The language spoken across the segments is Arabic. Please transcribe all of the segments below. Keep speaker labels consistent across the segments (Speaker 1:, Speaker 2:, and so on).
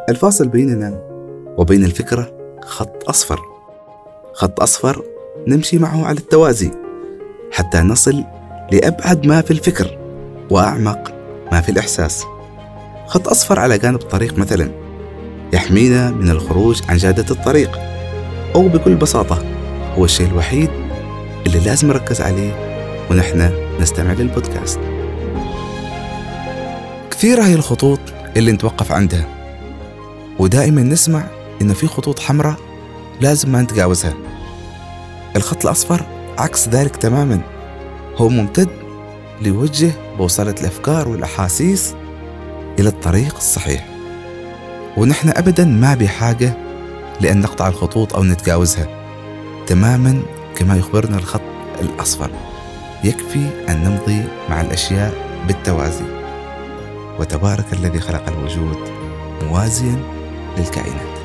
Speaker 1: الفاصل بيننا وبين الفكرة خط أصفر، خط أصفر نمشي معه على التوازي حتى نصل لأبعد ما في الفكر وأعمق ما في الإحساس. خط أصفر على جانب الطريق مثلا يحمينا من الخروج عن جادة الطريق، أو بكل بساطة هو الشيء الوحيد اللي لازم نركز عليه ونحن نستمع للبودكاست. كثيرة هي الخطوط اللي نتوقف عندها، ودائما نسمع إنه في خطوط حمراء لازم ما نتجاوزها. الخط الأصفر عكس ذلك تماما، هو ممتد ليوجه بوصلة الأفكار والأحاسيس إلى الطريق الصحيح، ونحن أبدا ما بحاجة لأن نقطع الخطوط أو نتجاوزها، تماما كما يخبرنا الخط الأصفر. يكفي أن نمضي مع الأشياء بالتوازي، وتبارك الذي خلق الوجود موازيا للكائنات.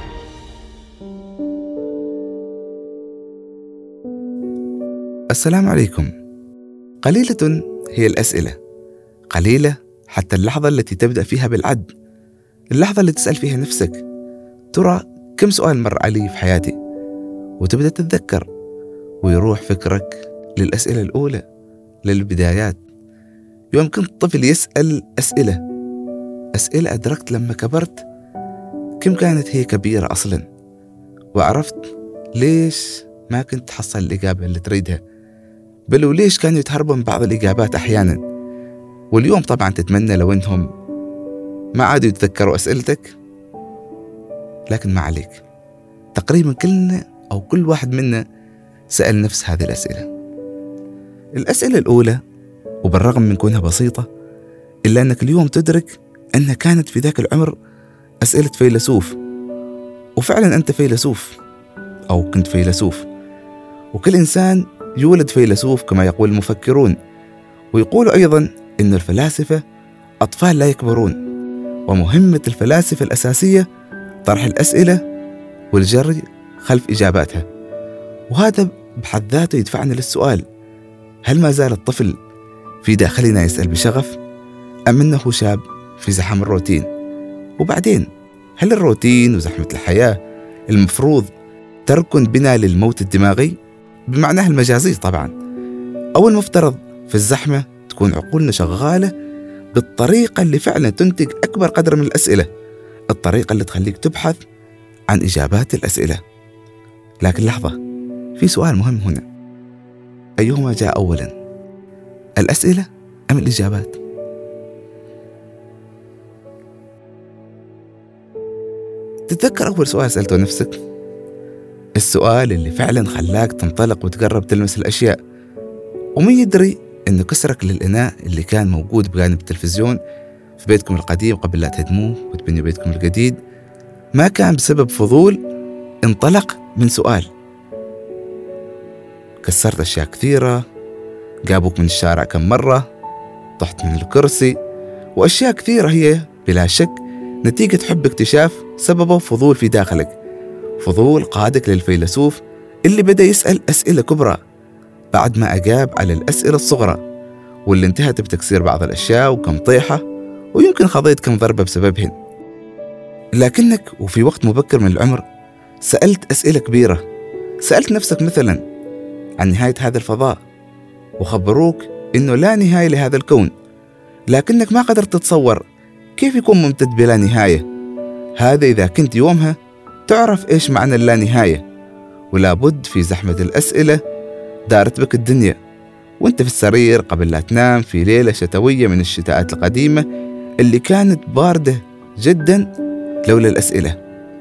Speaker 1: السلام عليكم. قليلة هي الأسئلة، قليلة حتى اللحظة التي تبدأ فيها بالعد، اللحظة اللي تسأل فيها نفسك ترى كم سؤال مر علي في حياتي، وتبدأ تتذكر ويروح فكرك للأسئلة الأولى، للبدايات. يوم كنت طفل يسأل أسئلة أدركت لما كبرت كم كانت هي كبيرة أصلا، وعرفت ليش ما كنت تحصل الإجابة اللي تريدها، بل وليش كانوا يتهربوا من بعض الإجابات أحيانا. واليوم طبعا تتمنى لو إنهم ما عادوا يتذكروا أسئلتك، لكن ما عليك، تقريبا كلنا أو كل واحد منا سأل نفس هذه الأسئلة الأولى، وبالرغم من كونها بسيطة إلا أنك اليوم تدرك أنها كانت في ذاك العمر أسئلة فيلسوف. وفعلا أنت فيلسوف أو كنت فيلسوف، وكل إنسان يولد فيلسوف كما يقول المفكرون. ويقولوا أيضا أن الفلاسفة أطفال لا يكبرون، ومهمة الفلاسفة الأساسية طرح الأسئلة والجري خلف إجاباتها. وهذا بحد ذاته يدفعنا للسؤال: هل ما زال الطفل في داخلنا يسأل بشغف، أم أنه شاب في زحام الروتين؟ وبعدين هل الروتين وزحمة الحياة المفروض تركن بنا للموت الدماغي بمعناه المجازي طبعا، أو المفترض في الزحمة تكون عقولنا شغالة بالطريقة اللي فعلا تنتج أكبر قدر من الأسئلة، الطريقة اللي تخليك تبحث عن إجابات الأسئلة؟ لكن لحظة، في سؤال مهم هنا: أيهما جاء أولا، الأسئلة أم الإجابات؟ تتذكر أول سؤال سألته نفسك؟ السؤال اللي فعلا خلاك تنطلق وتقرب تلمس الأشياء. ومن يدري أن كسرك للإناء اللي كان موجود بجانب التلفزيون في بيتكم القديم قبل لا تهدموه وتبنوا بيتكم الجديد ما كان بسبب فضول انطلق من سؤال؟ كسرت أشياء كثيرة، جابوك من الشارع كم مرة، طحت من الكرسي، وأشياء كثيرة هي بلا شك نتيجة حب اكتشاف سببه فضول في داخلك، فضول قادك للفيلسوف اللي بدأ يسأل أسئلة كبرى بعد ما أجاب على الأسئلة الصغرى، واللي انتهت بتكسير بعض الأشياء وكم طيحة، ويمكن خضيت كم ضربة بسببهن. لكنك وفي وقت مبكر من العمر سألت أسئلة كبيرة، سألت نفسك مثلا عن نهاية هذا الفضاء، وخبروك إنه لا نهاية لهذا الكون، لكنك ما قدرت تتصور كيف يكون ممتد بلا نهاية. هذا إذا كنت يومها تعرف إيش معنى اللا نهاية. ولا بد في زحمة الأسئلة دارت بك الدنيا وانت في السرير قبل لا تنام في ليلة شتوية من الشتاءات القديمة اللي كانت باردة جدا لولا الأسئلة.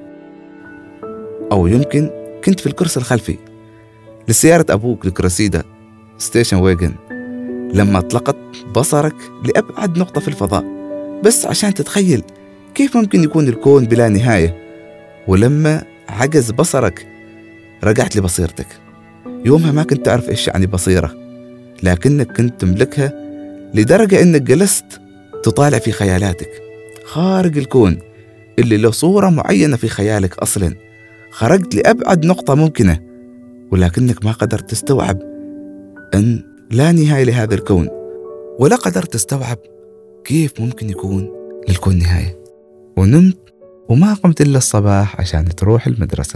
Speaker 1: أو يمكن كنت في الكرسي الخلفي لسيارة أبوك الكرسيدة ستيشن ويجن لما أطلقت بصرك لأبعد نقطة في الفضاء بس عشان تتخيل كيف ممكن يكون الكون بلا نهاية. ولما عجز بصرك رجعت لبصيرتك. يومها ما كنت تعرف إيش يعني بصيرة، لكنك كنت تملكها لدرجة إنك جلست تطالع في خيالاتك خارج الكون اللي له صورة معينة في خيالك أصلا. خرجت لأبعد نقطة ممكنة، ولكنك ما قدرت تستوعب أن لا نهاية لهذا الكون، ولا قدرت تستوعب كيف ممكن يكون للكون نهاية. ونمت وما قمت إلا الصباح عشان تروح المدرسة.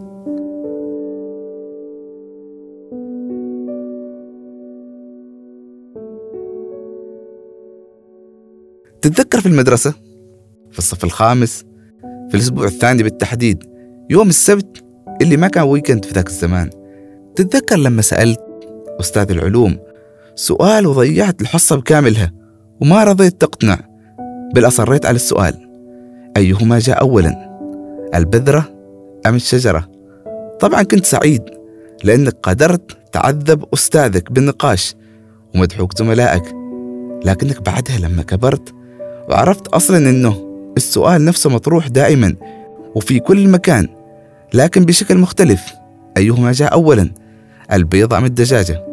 Speaker 1: تتذكر في المدرسة في الصف الخامس في الأسبوع الثاني بالتحديد، يوم السبت اللي ما كان ويكند في ذاك الزمان، تتذكر لما سألت أستاذ العلوم سؤال وضيعت الحصة بكاملها وما رضيت تقتنع، بل أصريت على السؤال: أيهما جاء أولا، البذرة أم الشجرة؟ طبعا كنت سعيد لأنك قدرت تعذب أستاذك بالنقاش ومدحوك زملائك، لكنك بعدها لما كبرت وعرفت أصلا أنه السؤال نفسه مطروح دائما وفي كل مكان لكن بشكل مختلف: أيهما جاء أولا، البيضة أم الدجاجة؟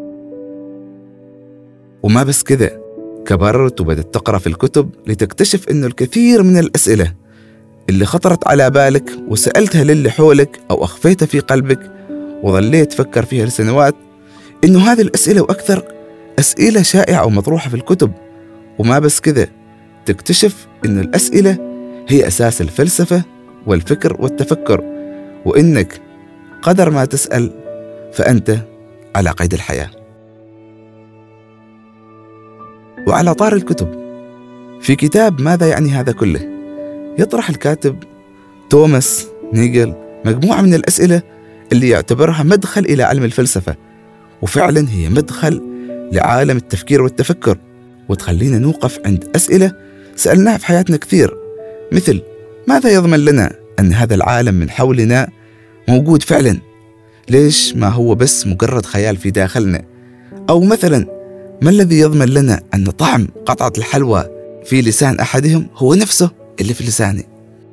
Speaker 1: وما بس كذا، كبرت وبدأت تقرأ في الكتب لتكتشف أنه الكثير من الأسئلة اللي خطرت على بالك وسألتها للي حولك أو أخفيتها في قلبك وظليت تفكر فيها لسنوات، إنه هذه الأسئلة وأكثر أسئلة شائعة ومطروحة في الكتب. وما بس كذا، تكتشف إنه الأسئلة هي أساس الفلسفة والفكر والتفكر، وإنك قدر ما تسأل فأنت على قيد الحياة. وعلى طار الكتب، في كتاب ماذا يعني هذا كله يطرح الكاتب توماس نيجل مجموعة من الأسئلة اللي يعتبرها مدخل إلى علم الفلسفة، وفعلا هي مدخل لعالم التفكير والتفكر، وتخلينا نوقف عند أسئلة سألناها في حياتنا كثير، مثل: ماذا يضمن لنا أن هذا العالم من حولنا موجود فعلا؟ ليش ما هو بس مجرد خيال في داخلنا؟ أو مثلا: ما الذي يضمن لنا أن طعم قطعة الحلوى في لسان أحدهم هو نفسه اللي في لساني؟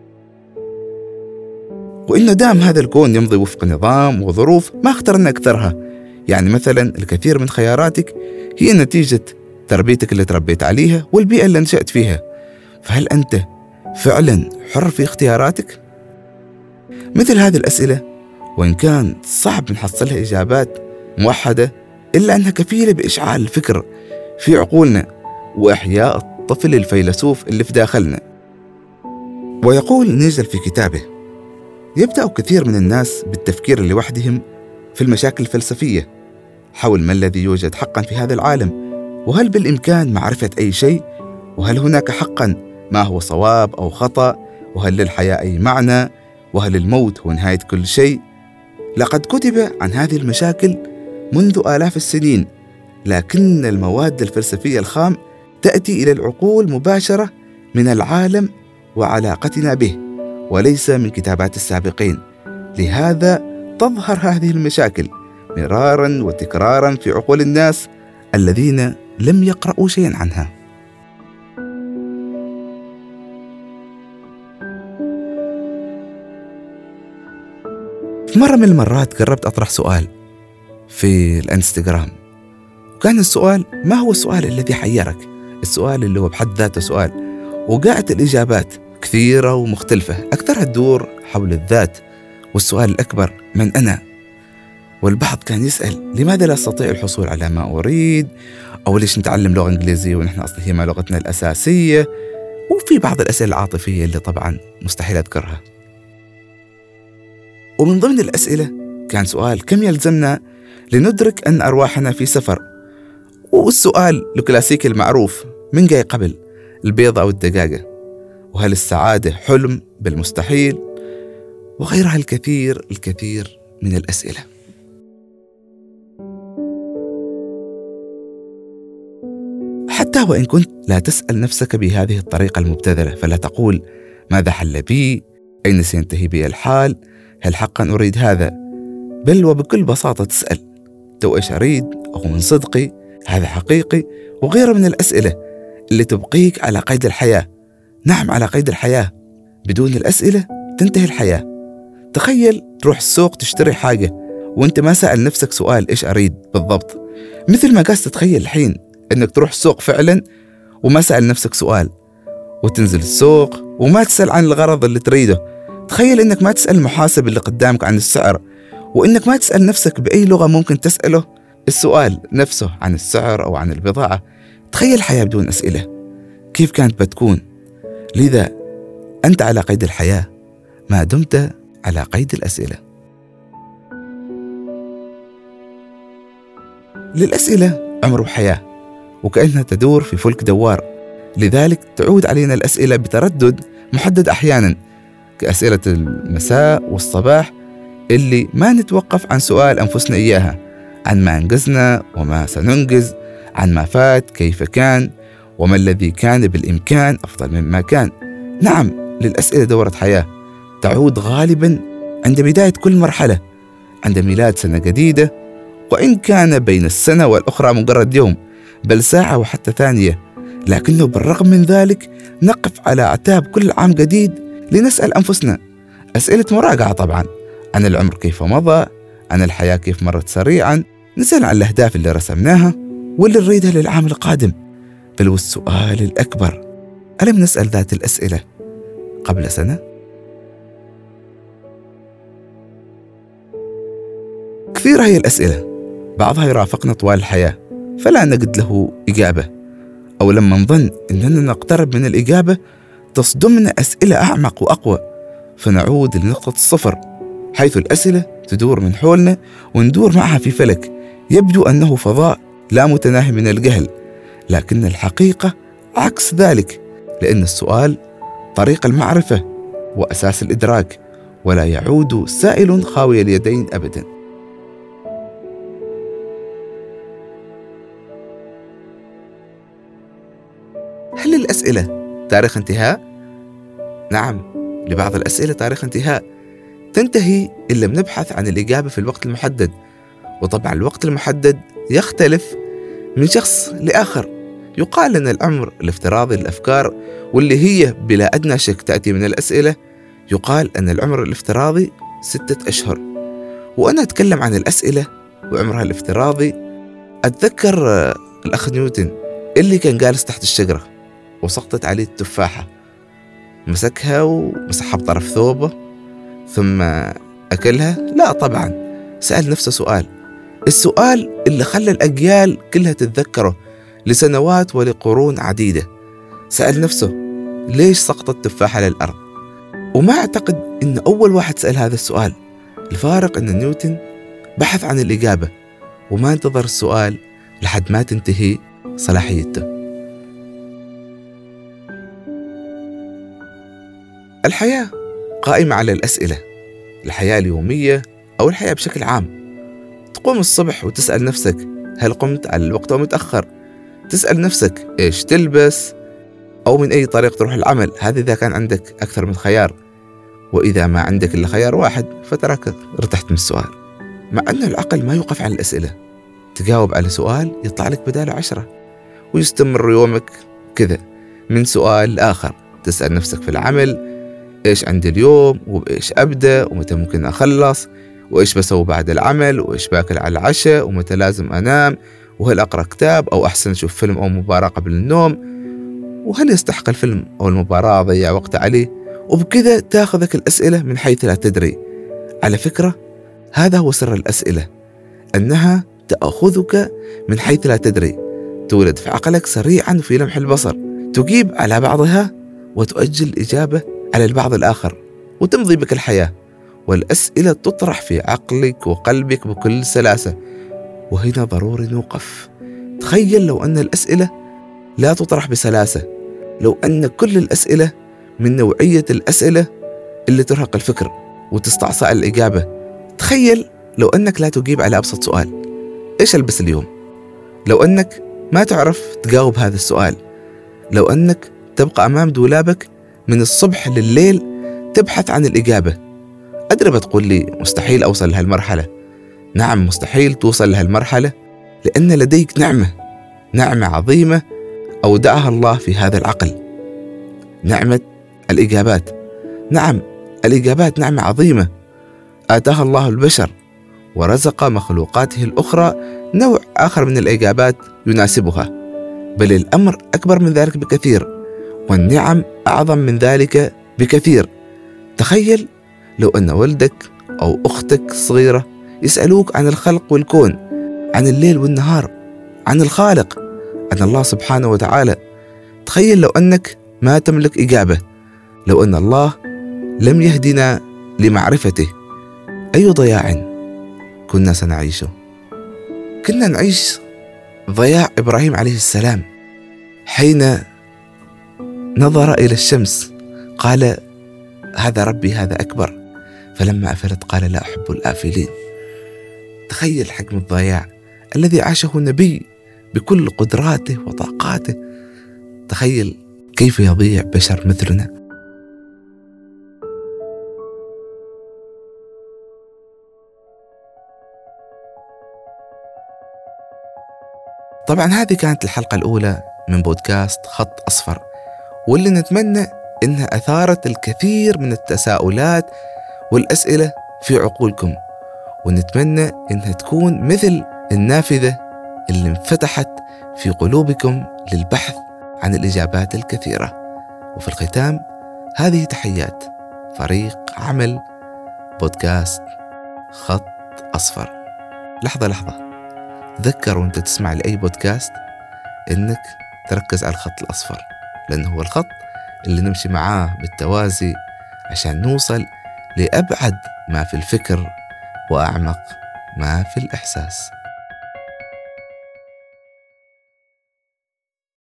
Speaker 1: وإنه دام هذا الكون يمضي وفق نظام وظروف ما اخترنا أكثرها، يعني مثلا الكثير من خياراتك هي نتيجة تربيتك اللي تربيت عليها والبيئة اللي نشأت فيها، فهل أنت فعلا حر في اختياراتك؟ مثل هذه الأسئلة وإن كان صعب نحصلها إجابات موحدة، إلا أنها كفيلة بإشعال الفكر في عقولنا وإحياء الطفل الفيلسوف اللي في داخلنا. ويقول نيجل في كتابه: يبدأ كثير من الناس بالتفكير لوحدهم في المشاكل الفلسفية حول ما الذي يوجد حقا في هذا العالم، وهل بالإمكان معرفة أي شيء، وهل هناك حقا ما هو صواب أو خطأ، وهل للحياة أي معنى، وهل الموت هو نهاية كل شيء. لقد كتب عن هذه المشاكل منذ آلاف السنين، لكن المواد الفلسفية الخام تأتي إلى العقول مباشرة من العالم وعلاقتنا به، وليس من كتابات السابقين. لهذا تظهر هذه المشاكل مرارا وتكرارا في عقول الناس الذين لم يقرأوا شيئا عنها. في مرة من المرات قربت أطرح سؤال في الانستغرام، وكان السؤال: ما هو السؤال الذي حيرك؟ السؤال اللي هو بحد ذاته سؤال. وقعت الإجابات كثيرة ومختلفة، أكثرها تدور حول الذات، والسؤال الأكبر: من أنا؟ والبعض كان يسأل: لماذا لا أستطيع الحصول على ما أريد؟ أو ليش نتعلم لغة إنجليزية ونحن أصلا هي ما لغتنا الأساسية؟ وفي بعض الأسئلة العاطفية اللي طبعا مستحيل أذكرها. ومن ضمن الأسئلة كان سؤال: كم يلزمنا لندرك أن أرواحنا في سفر؟ والسؤال الكلاسيكي المعروف: من جاي قبل، البيضة أو الدجاجة؟ وهل السعادة حلم بالمستحيل؟ وغيرها الكثير من الأسئلة. حتى وإن كنت لا تسأل نفسك بهذه الطريقة المبتذلة، فلا تقول: ماذا حل بي؟ أين سينتهي بي الحال؟ هل حقا أريد هذا؟ بل وبكل بساطة تسأل: تو إيش أريد؟ أو من صدقي؟ هذا حقيقي؟ وغيره من الأسئلة اللي تبقيك على قيد الحياة. نعم، على قيد الحياة. بدون الأسئلة تنتهي الحياة. تخيل تروح السوق تشتري حاجة وانت ما سأل نفسك سؤال: إيش أريد بالضبط؟ مثل ما قاس تتخيل الحين أنك تروح السوق فعلا وما سأل نفسك سؤال، وتنزل السوق وما تسأل عن الغرض اللي تريده. تخيل أنك ما تسأل المحاسب اللي قدامك عن السعر، وأنك ما تسأل نفسك بأي لغة ممكن تسأله السؤال نفسه عن السعر أو عن البضاعة. تخيل حياة بدون أسئلة كيف كانت بتكون. لذا أنت على قيد الحياة ما دمت على قيد الأسئلة. للأسئلة عمر وحياة، وكأنها تدور في فلك دوار، لذلك تعود علينا الأسئلة بتردد محدد أحيانا، كأسئلة المساء والصباح اللي ما نتوقف عن سؤال أنفسنا إياها، عن ما أنجزنا وما سننجز، عن ما فات كيف كان، وما الذي كان بالإمكان أفضل مما كان. نعم، للأسئلة دورة حياة تعود غالبا عند بداية كل مرحلة، عند ميلاد سنة جديدة، وإن كان بين السنة والأخرى مجرد يوم بل ساعة وحتى ثانية، لكنه بالرغم من ذلك نقف على أعتاب كل عام جديد لنسأل أنفسنا أسئلة مراجعة طبعا، عن العمر كيف مضى، عن الحياة كيف مرت سريعا، نسأل عن الأهداف اللي رسمناها واللي نريدها للعام القادم. بل والسؤال الأكبر، ألم نسأل ذات الأسئلة قبل سنة؟ كثيرة هي الأسئلة، بعضها يرافقنا طوال الحياة فلا نجد له إجابة، أو لما نظن أننا نقترب من الإجابة تصدمنا أسئلة أعمق وأقوى، فنعود لنقطة الصفر، حيث الأسئلة تدور من حولنا وندور معها في فلك يبدو أنه فضاء لا متناهي من الجهل، لكن الحقيقة عكس ذلك، لأن السؤال طريق المعرفة وأساس الإدراك، ولا يعود سائل خاوي اليدين أبدا. هل الأسئلة تاريخ انتهاء؟ نعم، لبعض الأسئلة تاريخ انتهاء، تنتهي إن لم نبحث عن الإجابة في الوقت المحدد، وطبعا الوقت المحدد يختلف من شخص لآخر. يقال أن العمر الافتراضي للأفكار، واللي هي بلا أدنى شك تأتي من الأسئلة، يقال أن العمر الافتراضي 6 أشهر. وأنا أتكلم عن الأسئلة وعمرها الافتراضي، أتذكر الأخ نيوتن اللي كان جالس تحت الشجرة وسقطت عليه التفاحة، مسكها ومسحها بطرف ثوبه ثم أكلها؟ لا طبعا، سأل نفسه سؤال، السؤال اللي خلى الأجيال كلها تتذكره لسنوات ولقرون عديدة. سأل نفسه ليش سقطت التفاحة للأرض؟ وما أعتقد أن أول واحد سأل هذا السؤال، الفارق أن نيوتن بحث عن الإجابة وما انتظر السؤال لحد ما تنتهي صلاحيته. الحياة قائمة على الأسئلة، الحياة اليومية أو الحياة بشكل عام. تقوم الصبح وتسأل نفسك هل قمت على الوقت أو متأخر؟ تسأل نفسك إيش تلبس أو من أي طريق تروح العمل، هذا إذا كان عندك أكثر من خيار، وإذا ما عندك إلا خيار واحد فتراك ارتحت من السؤال. مع أن العقل ما يوقف على الأسئلة، تجاوب على سؤال يطلع لك بداله 10، ويستمر يومك كذا من سؤال لآخر. تسأل نفسك في العمل إيش عندي اليوم، وبإيش أبدأ، ومتى ممكن أخلص، وإيش بسوي بعد العمل، وإيش باكل على العشاء، ومتى لازم أنام، وهل أقرأ كتاب أو أحسن أشوف فيلم أو مباراة قبل النوم، وهل يستحق الفيلم أو المباراة أضيع وقت عليه. وبكذا تأخذك الأسئلة من حيث لا تدري. على فكرة هذا هو سر الأسئلة، أنها تأخذك من حيث لا تدري، تولد في عقلك سريعا في لمح البصر، تجيب على بعضها وتؤجل الإجابة على البعض الآخر، وتمضي بك الحياة، والأسئلة تطرح في عقلك وقلبك بكل سلاسة. وهنا ضروري نوقف. تخيل لو أن الأسئلة لا تطرح بسلاسة، لو أن كل الأسئلة من نوعية الأسئلة اللي ترهق الفكر وتستعصى على الإجابة. تخيل لو أنك لا تجيب على أبسط سؤال، إيش ألبس اليوم؟ لو أنك ما تعرف تجاوب هذا السؤال، لو أنك تبقى أمام دولابك من الصبح لليل تبحث عن الإجابة. أدري بتقول لي مستحيل أوصل لهالمرحلة. نعم، مستحيل توصل لهالمرحلة، لأن لديك نعمة عظيمة أودعها الله في هذا العقل، نعمة الإجابات. نعم، الإجابات نعمة عظيمة آتاها الله البشر، ورزق مخلوقاته الأخرى نوع آخر من الإجابات يناسبها، بل الأمر أكبر من ذلك بكثير، والنعم أعظم من ذلك بكثير. تخيل لو أن ولدك أو أختك الصغيرة يسألوك عن الخلق والكون، عن الليل والنهار، عن الخالق، عن الله سبحانه وتعالى. تخيل لو أنك ما تملك إجابة، لو أن الله لم يهدنا لمعرفته أي ضياع كنا سنعيشه؟ كنا نعيش ضياع إبراهيم عليه السلام حين نظر إلى الشمس قال هذا ربي هذا أكبر، فلما أفلت قال لا أحب الآفلين. تخيل حجم الضياع الذي عاشه النبي بكل قدراته وطاقاته. تخيل كيف يضيع بشر مثلنا. طبعا هذه كانت الحلقة الأولى من بودكاست خط أصفر، واللي نتمنى إنها أثارت الكثير من التساؤلات والأسئلة في عقولكم، ونتمنى إنها تكون مثل النافذة اللي انفتحت في قلوبكم للبحث عن الإجابات الكثيرة. وفي الختام هذه تحيات فريق عمل بودكاست خط أصفر. لحظة، تذكر وانت تسمع لأي بودكاست إنك تركز على الخط الأصفر، لأنه هو الخط اللي نمشي معاه بالتوازي عشان نوصل لأبعد ما في الفكر وأعمق ما في الإحساس.